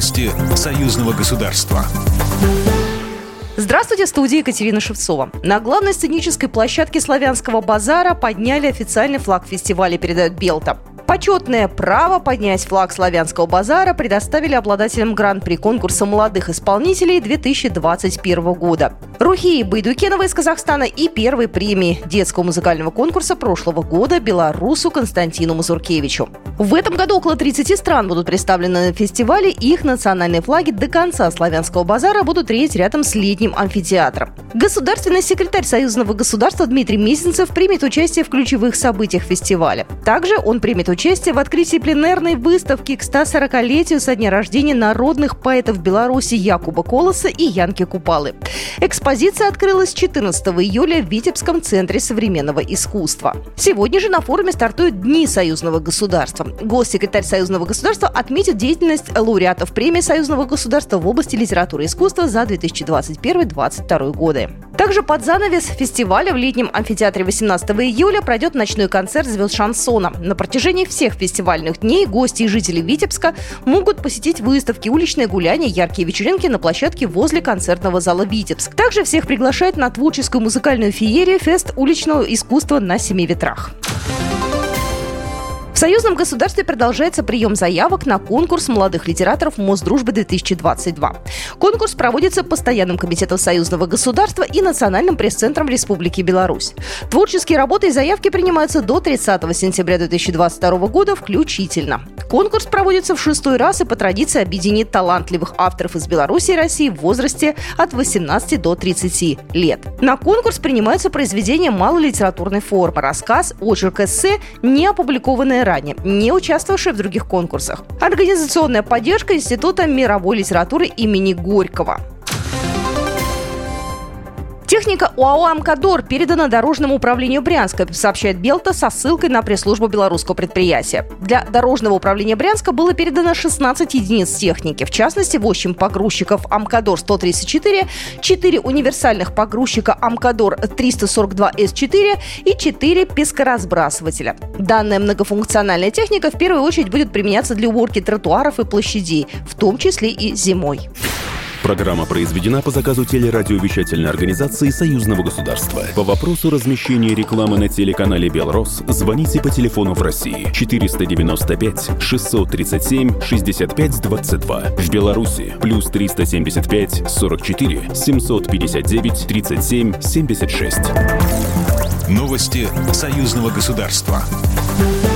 Новости союзного государства. Здравствуйте, в студии Екатерина Шевцова. На главной сценической площадке Славянского базара подняли официальный флаг фестиваля, передает Белта. Почетное право поднять флаг Славянского базара предоставили обладателям гран-при конкурса молодых исполнителей 2021 года. Рухии Байдукенова из Казахстана и первой премии детского музыкального конкурса прошлого года белорусу Константину Мазуркевичу. В этом году около 30 стран будут представлены на фестивале, и их национальные флаги до конца Славянского базара будут реять рядом с летним амфитеатром. Государственный секретарь союзного государства Дмитрий Мезенцев примет участие в ключевых событиях фестиваля. Также он примет участие в открытии пленэрной выставки к 140-летию со дня рождения народных поэтов Беларуси Якуба Колоса и Янки Купалы. Экспозиция открылась 14 июля в Витебском центре современного искусства. Сегодня же на форуме стартуют Дни союзного государства. Госсекретарь союзного государства отметит деятельность лауреатов премии союзного государства в области литературы и искусства за 2021-2022 годы. Также под занавес фестиваля в летнем амфитеатре 18 июля пройдет ночной концерт звезд шансона. На протяжении всех фестивальных дней гости и жители Витебска могут посетить выставки, уличные гуляния, яркие вечеринки на площадке возле концертного зала «Витебск». Также всех приглашает на творческую музыкальную феерию «Фест уличного искусства на 7 ветрах». В союзном государстве продолжается прием заявок на конкурс молодых литераторов Мосдружбы-2022. Конкурс проводится Постоянным комитетом союзного государства и Национальным пресс-центром Республики Беларусь. Творческие работы и заявки принимаются до 30 сентября 2022 года включительно. Конкурс проводится в 6-й раз и по традиции объединит талантливых авторов из Беларуси и России в возрасте от 18 до 30 лет. На конкурс принимаются произведения малолитературной формы, рассказ, очерк, эссе, не опубликованные ранее, не участвовавшие в других конкурсах. Организационная поддержка Института мировой литературы имени Горького. Техника ОАО «Амкадор» передана Дорожному управлению Брянска, сообщает Белта со ссылкой на пресс-службу белорусского предприятия. Для Дорожного управления Брянска было передано 16 единиц техники. В частности, 8 погрузчиков «Амкадор-134», 4 универсальных погрузчика «Амкадор-342С4» и 4 пескоразбрасывателя. Данная многофункциональная техника в первую очередь будет применяться для уборки тротуаров и площадей, в том числе и зимой. Программа произведена по заказу телерадиовещательной организации Союзного государства. По вопросу размещения рекламы на телеканале «Белрос» звоните по телефону в России 495 637 65 22. В Беларуси плюс 375 44 759 37 76. Новости союзного государства.